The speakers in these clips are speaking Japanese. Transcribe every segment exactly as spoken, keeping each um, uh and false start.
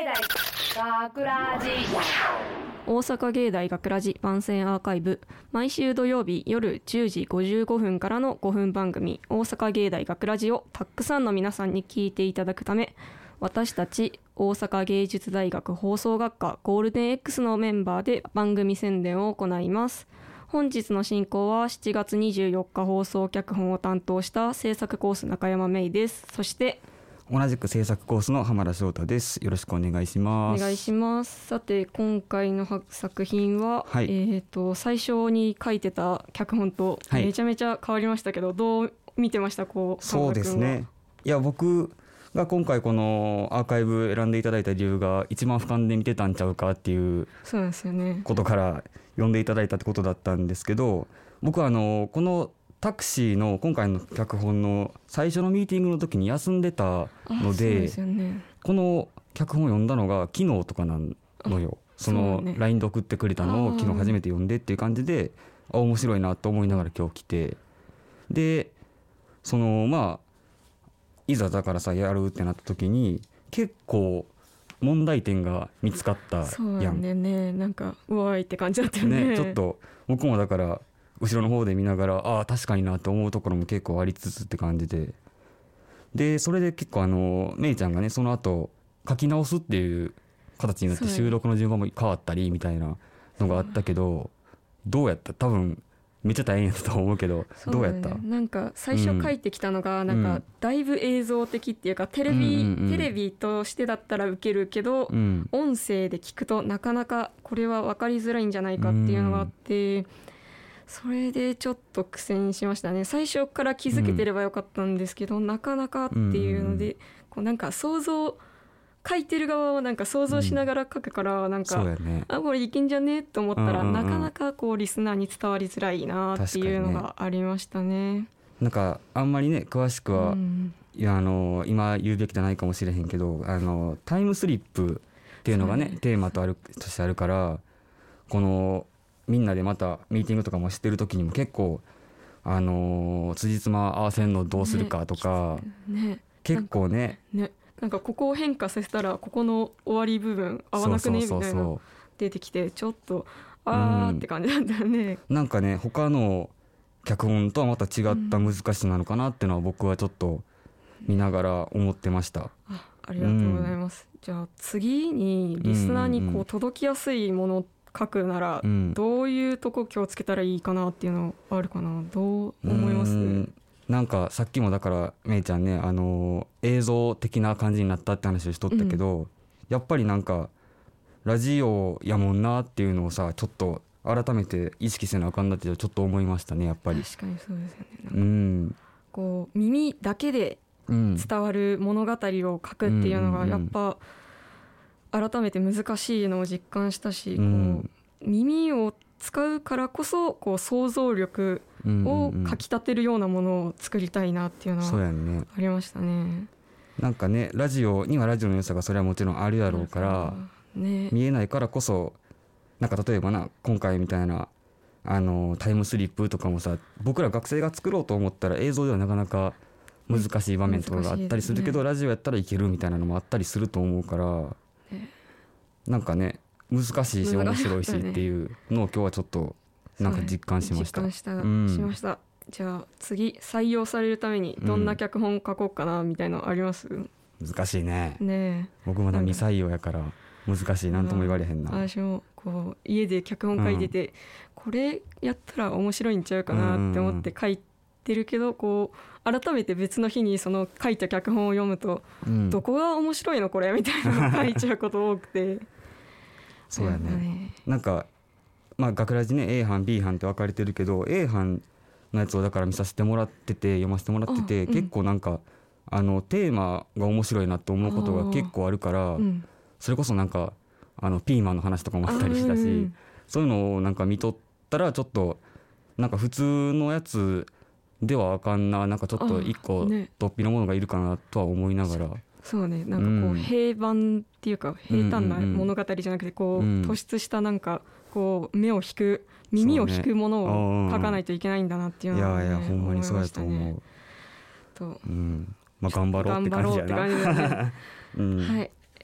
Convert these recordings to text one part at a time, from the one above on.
大学ラジ大阪芸大学ラジ番宣アーカイブ、毎週土曜日夜じゅうじごじゅうごふんからのごふん番組大阪芸大学ラジをたくさんの皆さんに聞いていただくため、私たち大阪芸術大学放送学科ゴールデン X のメンバーで番組宣伝を行います。本日の進行はしちがつにじゅうよっか放送脚本を担当した制作コース中山芽衣です。そして同じく制作コースの浜田翔太です。よろしくお願いします。 お願いします。さて今回の作品は、はい、えーと最初に書いてた脚本とめちゃめちゃ変わりましたけど、はい、どう見てました？こうそうですね、いや僕が今回このアーカイブ選んでいただいた理由が一番俯瞰で見てたんちゃうかっていうことから読んでいただいたってことだったんですけど、僕はあのこのタクシーの今回の脚本の最初のミーティングの時に休んでたの で, で、ね、この脚本を読んだのが昨日とかなのよ。その ライン で送ってくれたのを昨日初めて読んでっていう感じで、あ面白いなと思いながら今日来て、でそのまあいざだからさやるってなった時に結構問題点が見つかったやん。 そうなんだよね、なんかうわーいって感じだったよ ね, ねちょっと僕もだから後ろの方で見ながらああ確かになと思うところも結構ありつつって感じで、でそれで結構あのめいちゃんがねその後書き直すっていう形になって収録の順番も変わったりみたいなのがあったけど、どうやった？多分めっちゃ大変やったと思うけど、どうやった？ なんか最初書いてきたのがなんかだいぶ映像的っていうか、テレビ、うんうんうん、テレビとしてだったらウケるけど、うん、音声で聞くとなかなかこれは分かりづらいんじゃないかっていうのがあって、うん、それでちょっと苦戦しましたね。最初から気づけてればよかったんですけど、うん、なかなかっていうので、こうなんか想像書いてる側はなんか想像しながら書くから、なんか、うんね、あこれいけんじゃねと思ったら、うんうんうん、なかなかこうリスナーに伝わりづらいなっていうのがありましたね。 なんかあんまりね詳しくは、うん、いやあの今言うべきじゃないかもしれへんけど、あのタイムスリップっていうのがねテーマとあるとしてあるから、このみんなでまたミーティングとかもしてる時にも結構あの辻褄合わせんのどうするかとか、ねね、結構ねねなんかここを変化させたらここの終わり部分合わなくねみたいな出てきて、ちょっとあーって感じだったよね、 うん、なんかね他の脚本とはまた違った難しさなのかなっていうのは僕はちょっと見ながら思ってました。 あ、ありがとうございます、うん、じゃあ次にリスナーにこう届きやすいもの書くならどういうとこ気をつけたらいいかなっていうのあるかな、どう思います？ うんなんかさっきもだからめいちゃんね、あのー、映像的な感じになったって話をしとったけど、うん、やっぱりなんかラジオやもんなっていうのをさちょっと改めて意識せなあかんなってちょっと思いましたね。やっぱり確かにそうですよね。なんか、うん、こう耳だけで伝わる物語を書くっていうのがやっぱ改めて難しいのを実感したし、うん、こう耳を使うからこそこう想像力をかき立てるようなものを作りたいなっていうのはありましたね。 なんかねラジオにはラジオの良さがそれはもちろんあるやろうから、ね、見えないからこそなんか例えばな今回みたいなあのタイムスリップとかもさ、僕ら学生が作ろうと思ったら映像ではなかなか難しい場面とかがあったりするけど、ね、ラジオやったらいけるみたいなのもあったりすると思うから、ね、なんかね難しいし面白いしっていうのを今日はちょっとなんか実感しました。 実感した、うん、しました。じゃあ次採用されるためにどんな脚本書こうかなみたいなのあります？うん、 難しいね。 ね僕まだ未採用やから難しい、なんとも言われへんな。 私もこう家で脚本書いてて、うん、これやったら面白いんちゃうかなって思って書いてるけど、こう改めて別の日にその書いた脚本を読むと、うん、どこが面白いのこれみたいなの書いちゃうこと多くてそうやね。なんかまあ学ラジね A 班 B 班って分かれてるけど A 班のやつをだから見させてもらってて読ませてもらってて、うん、結構なんかあのテーマが面白いなと思うことが結構あるから、うん、それこそなんかあのピーマンの話とかもあったりしたし、うん、そういうのをなんか見とったらちょっとなんか普通のやつではあかんな、なんかちょっと一個突飛のものがいるかなとは思いながら、 そうね、なんかこう平板っていうか平坦な物語じゃなくてこう突出したなんかこう目を引く耳を引くものを書かないといけないんだなっていうのは、ね、 いやいやほんまにそうやと思う。と、うん、まあ頑張ろうって感じやな。 頑張ろうって感じだね。うん、はい。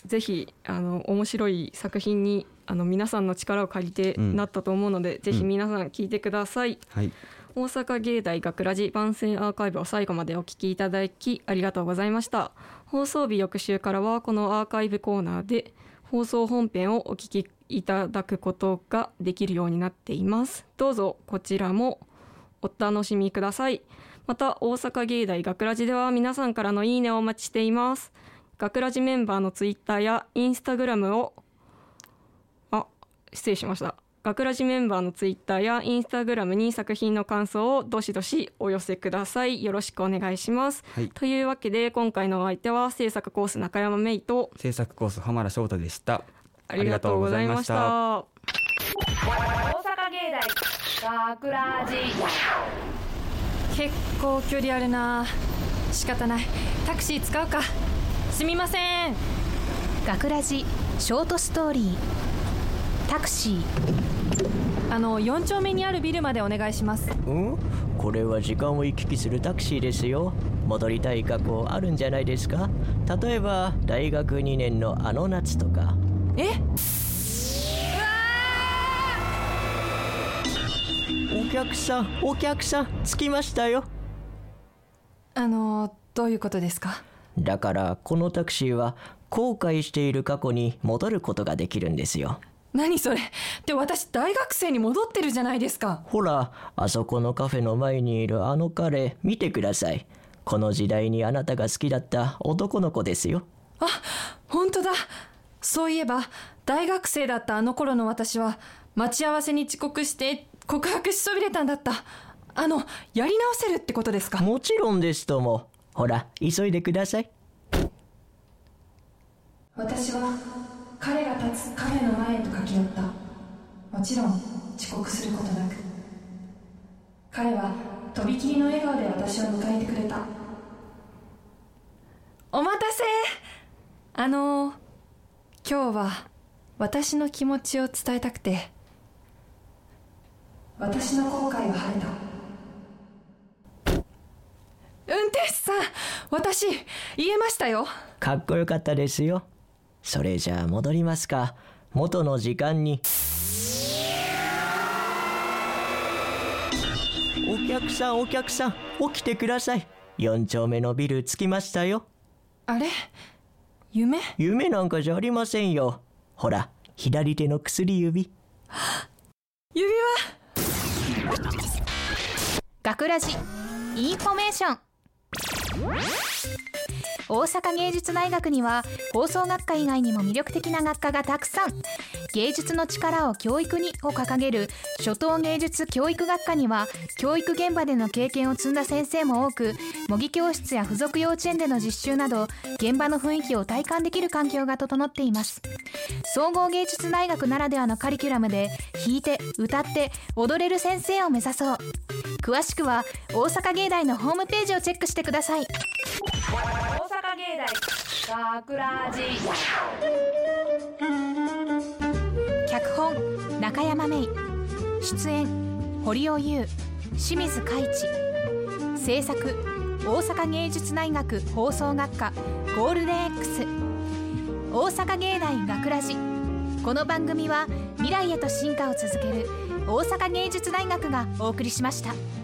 ぜひあの面白い作品にあの皆さんの力を借りてなったと思うので、うん、ぜひ皆さん聞いてください、うんはい、大阪芸大学ラジ番宣アーカイブを最後までお聞きいただきありがとうございました。放送日翌週からはこのアーカイブコーナーで放送本編をお聞きいただくことができるようになっています。どうぞこちらもお楽しみください。また大阪芸大学ラジでは皆さんからのいいねをお待ちしています。学ラジメンバーのツイッターやインスタグラムをあ失礼しました学ラジメンバーのツイッターやインスタグラムに作品の感想をどしどしお寄せください。よろしくお願いします、はい、というわけで今回のお相手は制作コース中山芽衣と制作コース浜田翔太でした。 ありがとうございました。 大阪芸大学ラジ結構距離あるな。仕方ない、タクシー使うか。すみません。 学ラジショートストーリータクシー。 あのよん丁目にあるビルまでお願いします。 うん？これは時間を行き来するタクシーですよ。戻りたい過去あるんじゃないですか。例えば大学にねんのあの夏とか。 え？ お客さんお客さん着きましたよ。 あのどういうことですか？ だからこのタクシーは後悔している過去に戻ることができるんですよ。 何それって私大学生に戻ってるじゃないですか。 ほらあそこのカフェの前にいるあの彼見てください。この時代にあなたが好きだった男の子ですよ。 あ、本当だ。そういえば大学生だったあの頃の私は待ち合わせに遅刻して告白しそびれたんだった。あのやり直せるってことですか？ もちろんですとも。ほら急いでください。 私は彼が立つカフェの前へと駆け寄った。もちろん遅刻することなく。彼はとびきりの笑顔で私を迎えてくれた。お待たせ。あの今日は私の気持ちを伝えたくて。私の後悔は晴れた。運転手さん、私言えましたよ。 かっこよかったですよ。それじゃあ戻りますか。元の時間に。お客さんお客さん起きてください。よん丁目のビル着きましたよ。 あれ？夢？ 夢なんかじゃありませんよ。ほら左手の薬指。 指輪。 学ラジインフォメーション。大阪芸術大学には放送学科以外にも魅力的な学科がたくさん。芸術の力を教育にを掲げる初等芸術教育学科には教育現場での経験を積んだ先生も多く、模擬教室や付属幼稚園での実習など現場の雰囲気を体感できる環境が整っています。総合芸術大学ならではのカリキュラムで弾いて歌って踊れる先生を目指そう。詳しくは大阪芸大のホームページをチェックしてください。 大阪芸大学ラジ脚本中山芽衣、出演堀尾優、清水海地、制作大阪芸術大学放送学科ゴールデン X、 大阪芸大学ラジ。この番組は未来へと進化を続ける大阪芸術大学がお送りしました。